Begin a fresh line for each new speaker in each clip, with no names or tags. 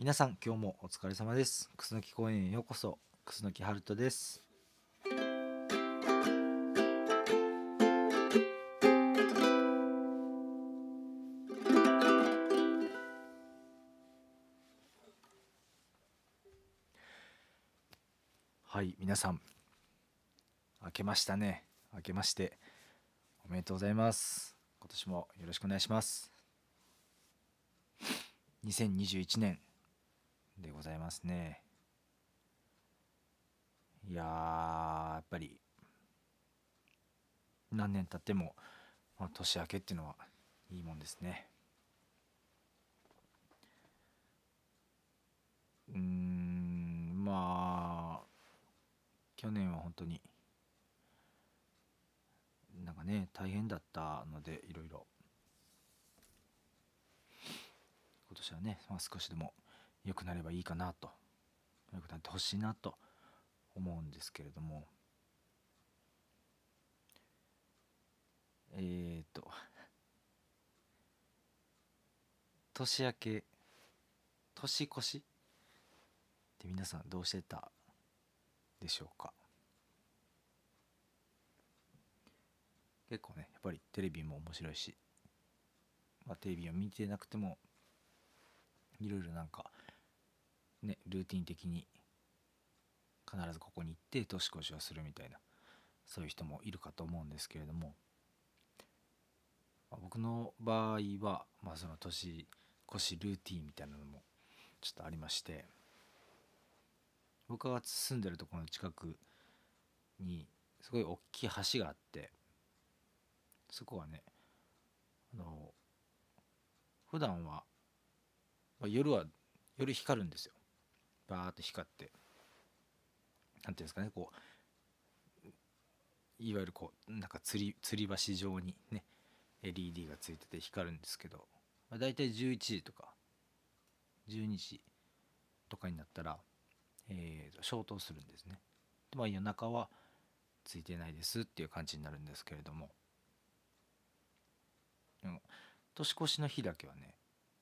皆さん今日もお疲れ様です。楠木公園へようこそ。楠木春人です。はい、皆さん明けましたね。明けましておめでとうございます。今年もよろしくお願いします。2021年でございますね。いやー、やっぱり何年経っても、年明けっていうのはいいもんですね。去年は本当になんかね大変だったので、いろいろ今年はね、少しでも良くなればいいかなと、良くなってほしいなと思うんですけれども、えーと年明け、年越しって皆さんどうしてたでしょうか。結構ね、やっぱりテレビも面白いし、テレビを見てなくてもいろいろなんかね、ルーティン的に必ずここに行って年越しをするみたいな、そういう人もいるかと思うんですけれども、僕の場合は、その年越しルーティンみたいなのもちょっとありまして、僕が住んでるところの近くにすごい大きい橋があって、そこはね、あの普段は、夜光るんですよ。バーって光って、なんていうんですかね、こういわゆるこうなんか吊り橋状にね LED がついてて光るんですけど、だいたい11時とか12時とかになったら、消灯するんですね。で、夜中はついてないですっていう感じになるんですけれども、年越しの日だけはね、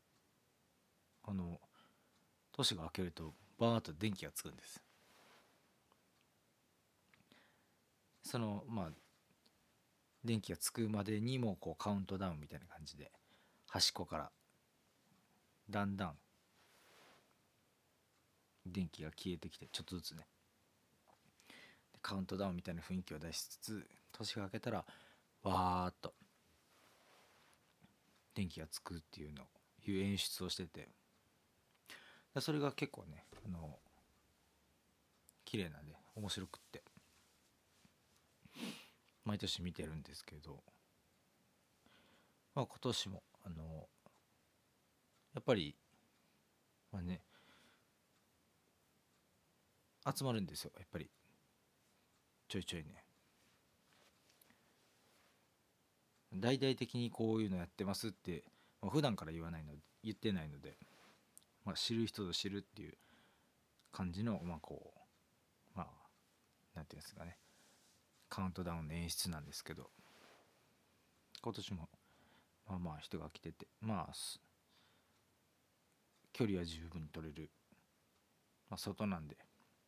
年が明けるとバーッと電気がつくんです。その電気がつくまでにもこうカウントダウンみたいな感じで、端っこからだんだん電気が消えてきて、ちょっとずつねカウントダウンみたいな雰囲気を出しつつ、年が明けたらわーっと電気がつくっていう演出をしてて、それが結構ね綺麗なんで面白くって毎年見てるんですけど、今年もやっぱりね集まるんですよ、やっぱりちょいちょいね。大々的にこういうのやってますって、普段から言ってないので、知る人ぞ知るっていう感じのなんていうんですかね、カウントダウンの演出なんですけど、今年も人が来てて、距離は十分取れる、外なんで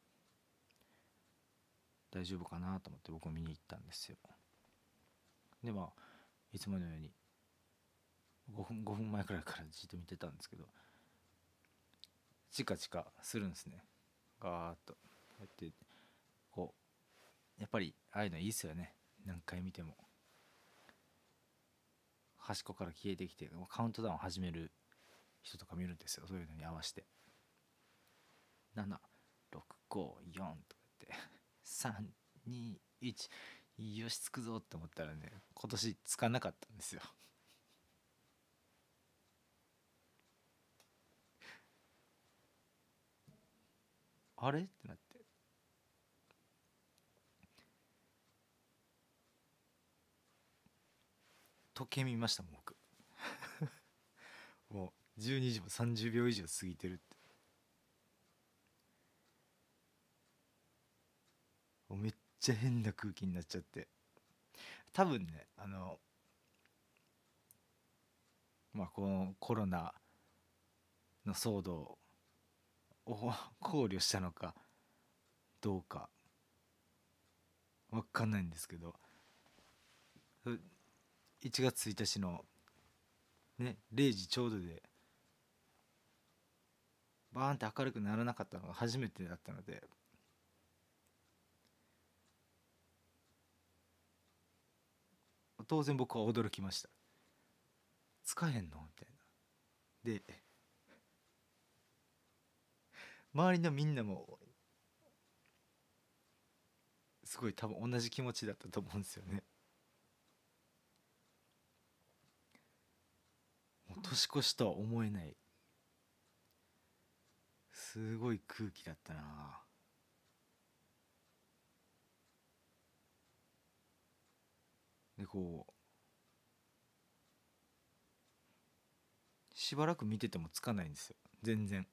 大丈夫かなと思って僕も見に行ったんですよ。でいつものように5分前くらいからじっと見てたんですけど、チカチカするんですね。ガーッとやってこう、やっぱりああいうのいいっすよね。何回見ても端っこから消えてきてカウントダウン始める人とか見るんですよ、そういうのに合わせて。76543とか言って321、よしつくぞって思ったらね、今年つかなかったんですよ。あれってなって、時計見ましたもん僕。もう12時も30秒以上過ぎてるって。もうめっちゃ変な空気になっちゃって、多分ねこのコロナの騒動考慮したのかどうか分かんないんですけど、1月1日のね0時ちょうどでバーンって明るくならなかったのが初めてだったので、当然僕は驚きました。つかへんのみたいな。で周りのみんなもすごい多分同じ気持ちだったと思うんですよね。もう年越しとは思えないすごい空気だったな。でこうしばらく見ててもつかないんですよ全然。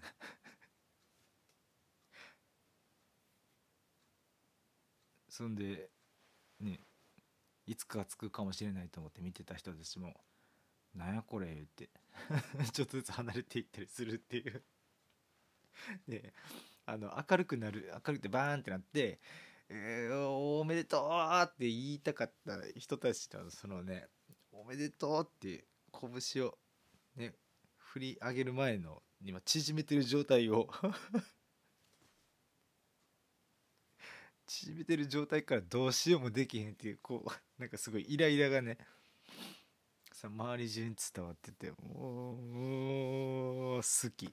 そんでね、いつかつくかもしれないと思って見てた人たちも「なんやこれ」言ってちょっとずつ離れていったりするっていうで明るくなる、明るくてバーンってなって、おめでとうって言いたかった人たちのそのね、おめでとうって拳をね振り上げる前の今縮めてる状態を縮めてる状態からどうしようもできへんっていうこうなんかすごいイライラがねさ周り中に伝わってて、もう好き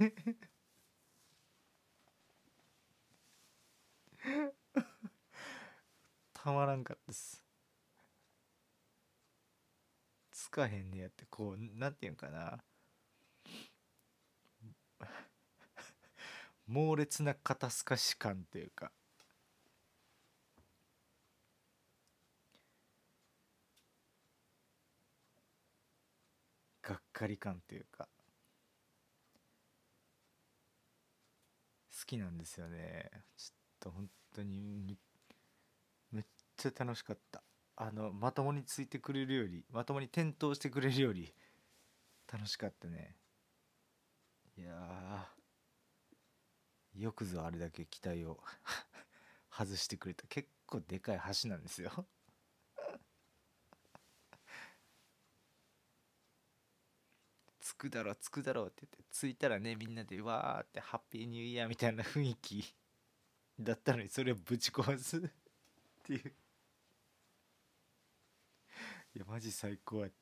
たまらんかったです。つかへんねやって、こうなんていうんかな、猛烈な肩透かし感っていうか、がっかり感っていうか、好きなんですよね。ちょっと本当にめっちゃ楽しかった。まともについてくれるより、まともに転倒してくれるより楽しかったね。いやよくぞあれだけ期待を外してくれた。結構でかい橋なんですよ。着くだろ着くだろって言って着いたらね、みんなでわーってハッピーニューイヤーみたいな雰囲気だったのに、それをぶち壊すっていう。いやマジ最高やった。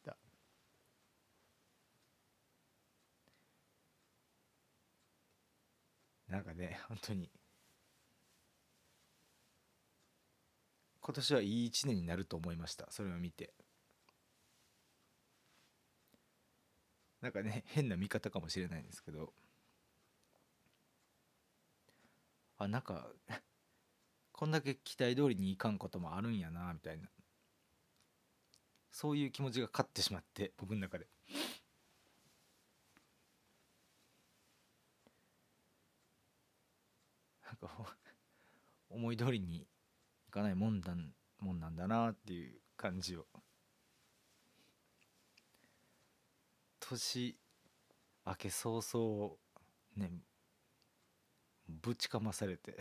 なんかね本当に今年はいい一年になると思いました、それを見て。なんかね変な見方かもしれないんですけど、なんかこんだけ期待通りにいかんこともあるんやなみたいな、そういう気持ちが勝ってしまって、僕の中でなんか思い通りにいかないもんなんだなっていう感じを年明け早々ねぶちかまされて、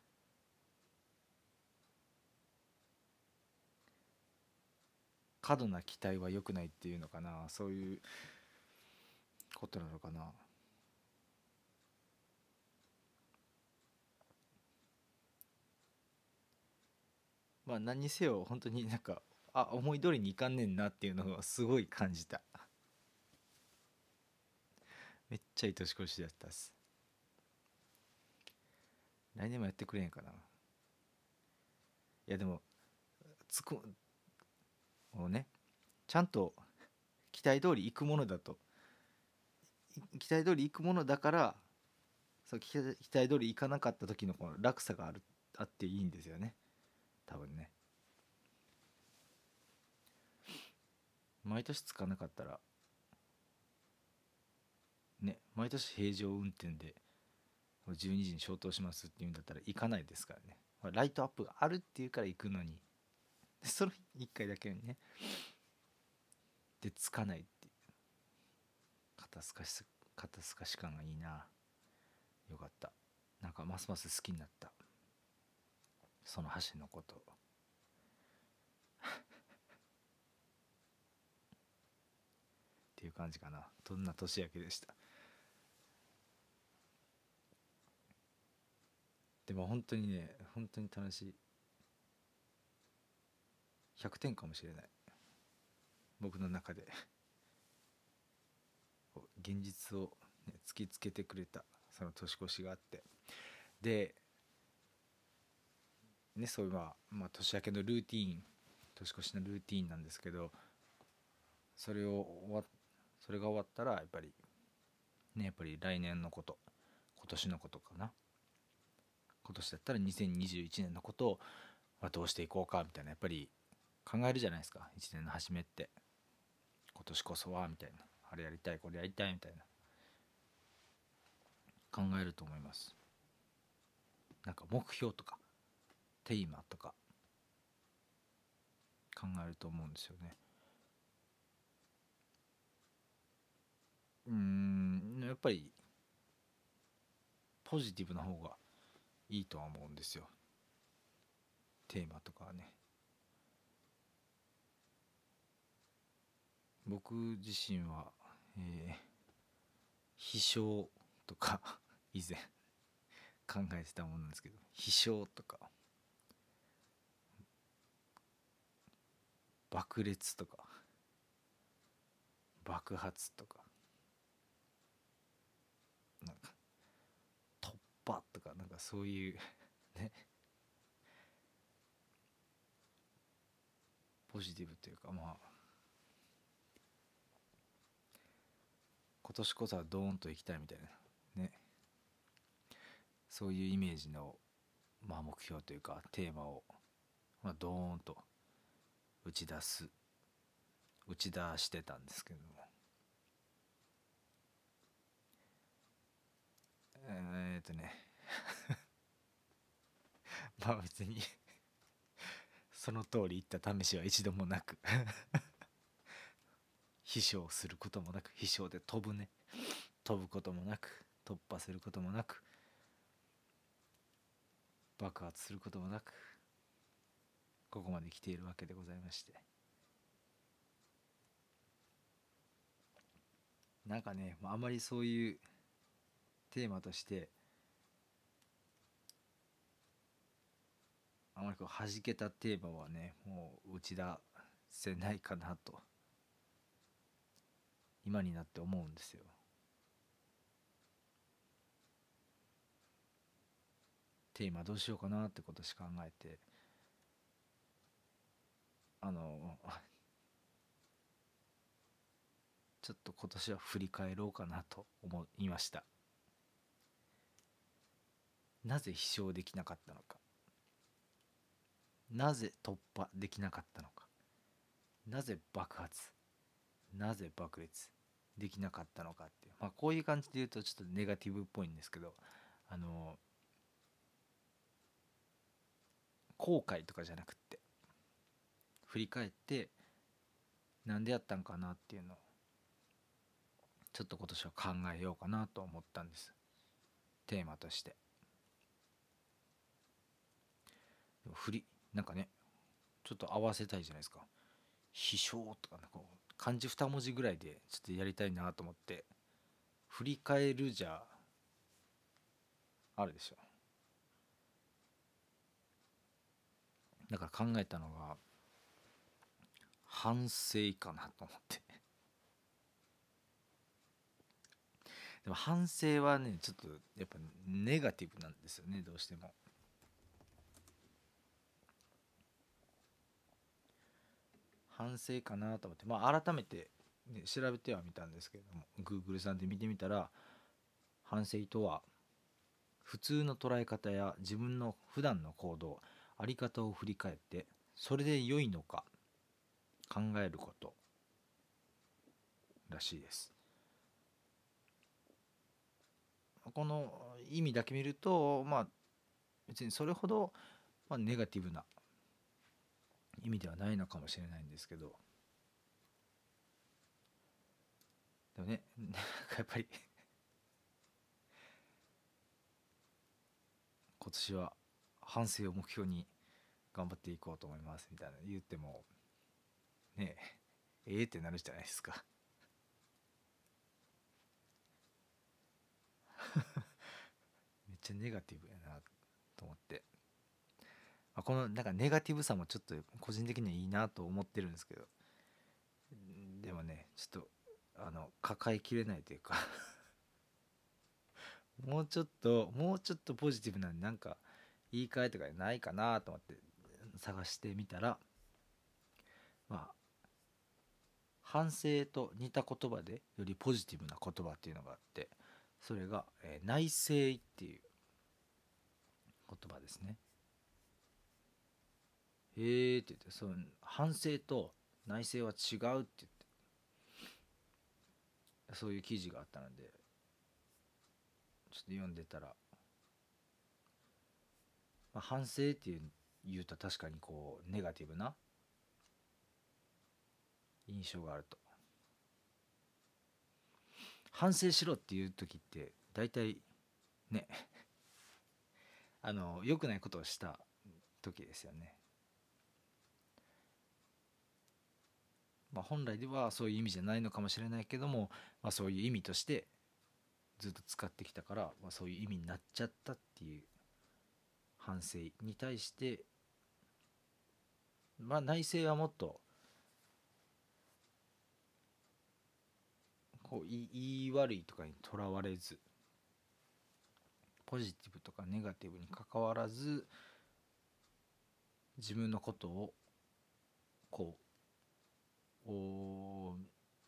過度な期待は良くないっていうのかな、そういうことなのかな。まあ何にせよ本当になんか思い通りにいかんねんなっていうのをすごい感じた。めっちゃいい年越しだったっす。来年もやってくれんかな。いやでもつくもうね、ちゃんと期待通り行くものだと、期待通り行くものだから、そう期待通り行かなかった時のこの落差があっていいんですよね、多分ね。毎年つかなかったらね、毎年平常運転で12時に消灯しますっていうんだったら行かないですからね。ライトアップがあるっていうから行くのに、その1回だけにねでつかないっていう肩透かし感がいいな。 よかった。なんかますます好きになった、その橋のことっていう感じかな。どんな年明けでした。でも本当にね、本当に楽しい。100点かもしれない、僕の中で。現実を、ね、突きつけてくれたその年越しがあって、でね、そういう年明けのルーティーン、年越しのルーティーンなんですけど、それをそれが終わったらやっぱりね、やっぱり来年のこと、今年のことかな、今年だったら2021年のことを、どうしていこうかみたいな、やっぱり考えるじゃないですか、1年の初めって。今年こそはみたいな、あれやりたいこれやりたいみたいな考えると思います。なんか目標とかテーマとか考えると思うんですよね。やっぱりポジティブな方がいいとは思うんですよ、テーマとかはね。僕自身は、飛翔とか以前考えてたものなんですけど、飛翔とか爆裂とか爆発とか、なんか突破とか、なんかそういうね、ポジティブというか、今年こそはドーンと行きたいみたいなね、そういうイメージの、目標というかテーマを、ドーンと打ち出してたんですけども、ね、別にその通り言った試しは一度もなく飛翔することもなく、飛翔で飛ぶね、飛ぶこともなく、突破することもなく、爆発することもなく、ここまで来ているわけでございまして、なんかね、あまりそういうテーマとしてあまりこう弾けたテーマはね、もう打ち出せないかなと今になって思うんですよ。テーマどうしようかなってことしか考えて、あのちょっと今年は振り返ろうかなと思いました。なぜ飛翔できなかったのか、なぜ突破できなかったのか、なぜ爆発、なぜ爆裂できなかったのかっていう、こういう感じで言うとちょっとネガティブっぽいんですけど、あの後悔とかじゃなくって、振り返ってなんでやったんかなっていうのをちょっと今年は考えようかなと思ったんです、テーマとして。でもなんかね、ちょっと合わせたいじゃないですか。飛翔とかね、こう漢字2文字ぐらいでちょっとやりたいなと思って。振り返るじゃあるでしょ。だから考えたのが反省かなと思って。でも反省はね、ちょっとやっぱネガティブなんですよね、どうしても。反省かなと思って、改めて、ね、調べてはみたんですけれども、 Google さんで見てみたら、反省とは普通の捉え方や自分の普段の行動、あり方を振り返ってそれで良いのか考えることらしいです。この意味だけ見ると、別にそれほど、ネガティブな意味ではないのかもしれないんですけど、でもね、なんかやっぱり今年は反省を目標に頑張っていこうと思いますみたいな言ってもねえってなるじゃないですか。めっちゃネガティブやなと思って、このなんかネガティブさもちょっと個人的にはいいなと思ってるんですけど、でもねちょっと抱えきれないというかもうちょっとポジティブななんか言い換えとかないかなと思って探してみたら、まあ反省と似た言葉でよりポジティブな言葉っていうのがあって、それが、内省っていう言葉ですね。って言って、反省と内省は違うって言って、そういう記事があったのでちょっと読んでたら、反省って言うと確かにこうネガティブな印象があると。反省しろっていう時って大体ね良くないことをした時ですよね。本来ではそういう意味じゃないのかもしれないけども、そういう意味としてずっと使ってきたから、そういう意味になっちゃったっていう反省に対して、内省はもっとこう言い悪いとかにとらわれず、ポジティブとかネガティブに関わらず、自分のことをこう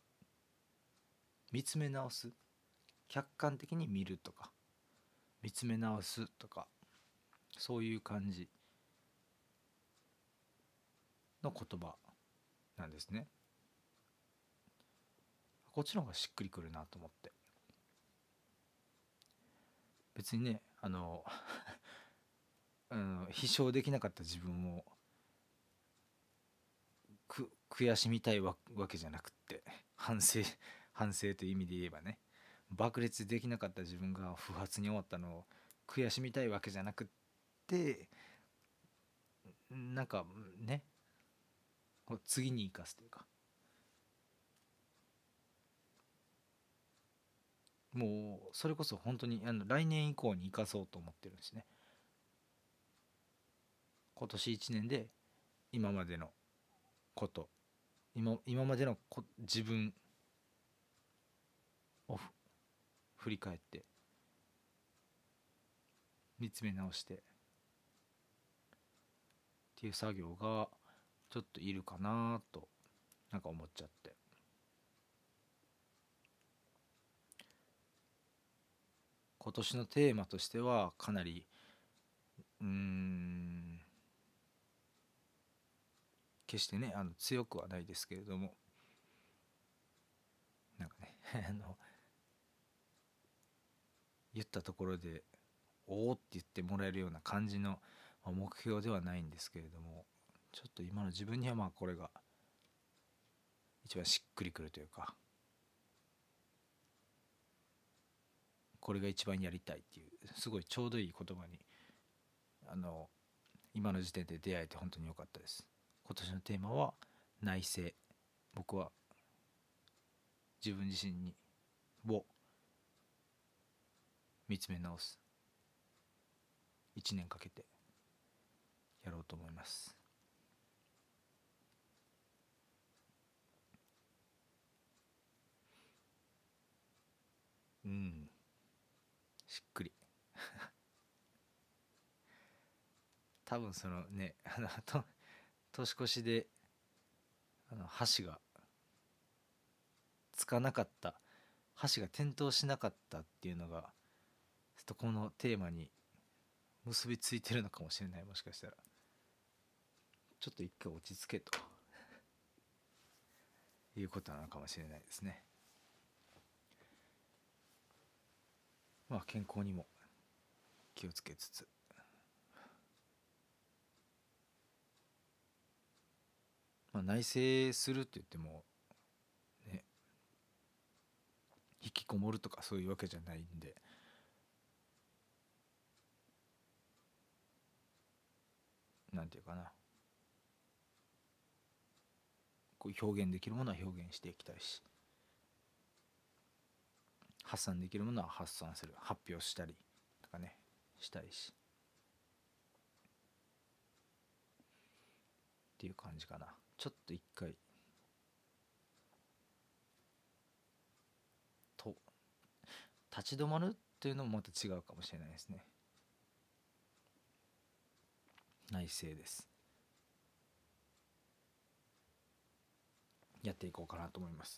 見つめ直す、客観的に見るとか見つめ直すとか、そういう感じの言葉なんですね。こっちの方がしっくりくるなと思って、別にね飛翔できなかった自分を悔しみたいわけじゃなくって、反省という意味で言えばね、爆裂できなかった自分が不発に終わったのを悔しみたいわけじゃなくって、なんかね次に生かすというか、もうそれこそ本当に来年以降に生かそうと思ってるんですね。今年1年で今までのこと今までの自分を振り返って見つめ直してっていう作業がちょっといるかなとなんか思っちゃって、今年のテーマとしてはかなり決してね強くはないですけれども、なんかね言ったところでおおって言ってもらえるような感じの目標ではないんですけれども、ちょっと今の自分にはこれが一番しっくりくるというか、これが一番やりたいっていうすごいちょうどいい言葉に今の時点で出会えて本当に良かったです。今年のテーマは内省。僕は自分自身を見つめ直す1年かけてやろうと思います。しっくり多分そのね年越しで箸がつかなかった、箸が点灯しなかったっていうのがちょっとこのテーマに結びついてるのかもしれない。もしかしたらちょっと一回落ち着けということなのかもしれないですね。健康にも気をつけつつ、内省するって言ってもね引きこもるとかそういうわけじゃないんで、 なんていうかな、こう表現できるものは表現していきたいし、発散できるものは発散する、発表したりとかねしたいしっていう感じかな。ちょっと一回と立ち止まるっていうのもまた違うかもしれないですね。内省です。やっていこうかなと思います。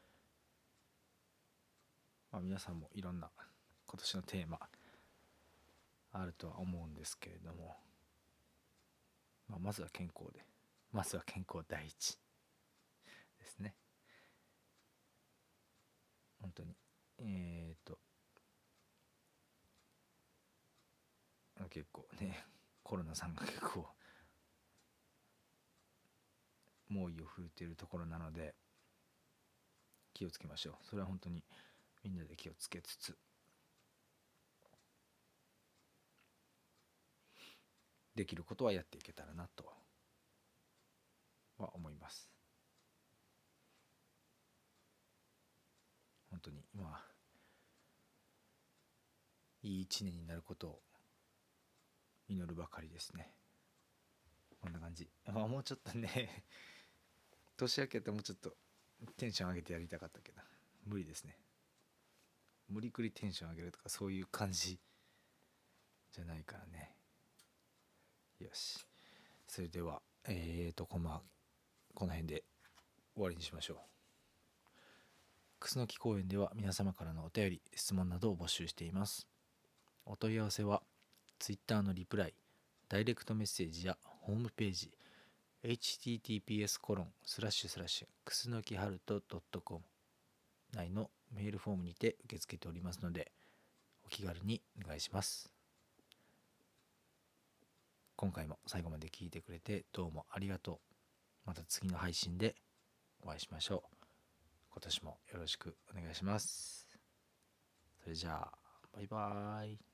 皆さんもいろんな今年のテーマあるとは思うんですけれども、まずは健康で、まずは健康第一ですね。本当に結構ね、コロナさんが結構猛威を振るっているところなので気をつけましょう。それは本当にみんなで気をつけつつできることはやっていけたらなとは思います。本当にいい一年になることを祈るばかりですね。こんな感じ。もうちょっとね年明けてもうちょっとテンション上げてやりたかったけど無理ですね。無理くりテンション上げるとかそういう感じじゃないからね。よし、それではこの辺で終わりにしましょう。楠木公園では皆様からのお便り質問などを募集しています。お問い合わせは Twitter のリプライ、ダイレクトメッセージやホームページ https:// くすのきはると .com 内のメールフォームにて受け付けておりますのでお気軽にお願いします。今回も最後まで聞いてくれてどうもありがとう。また次の配信でお会いしましょう。今年もよろしくお願いします。それじゃあバイバーイ。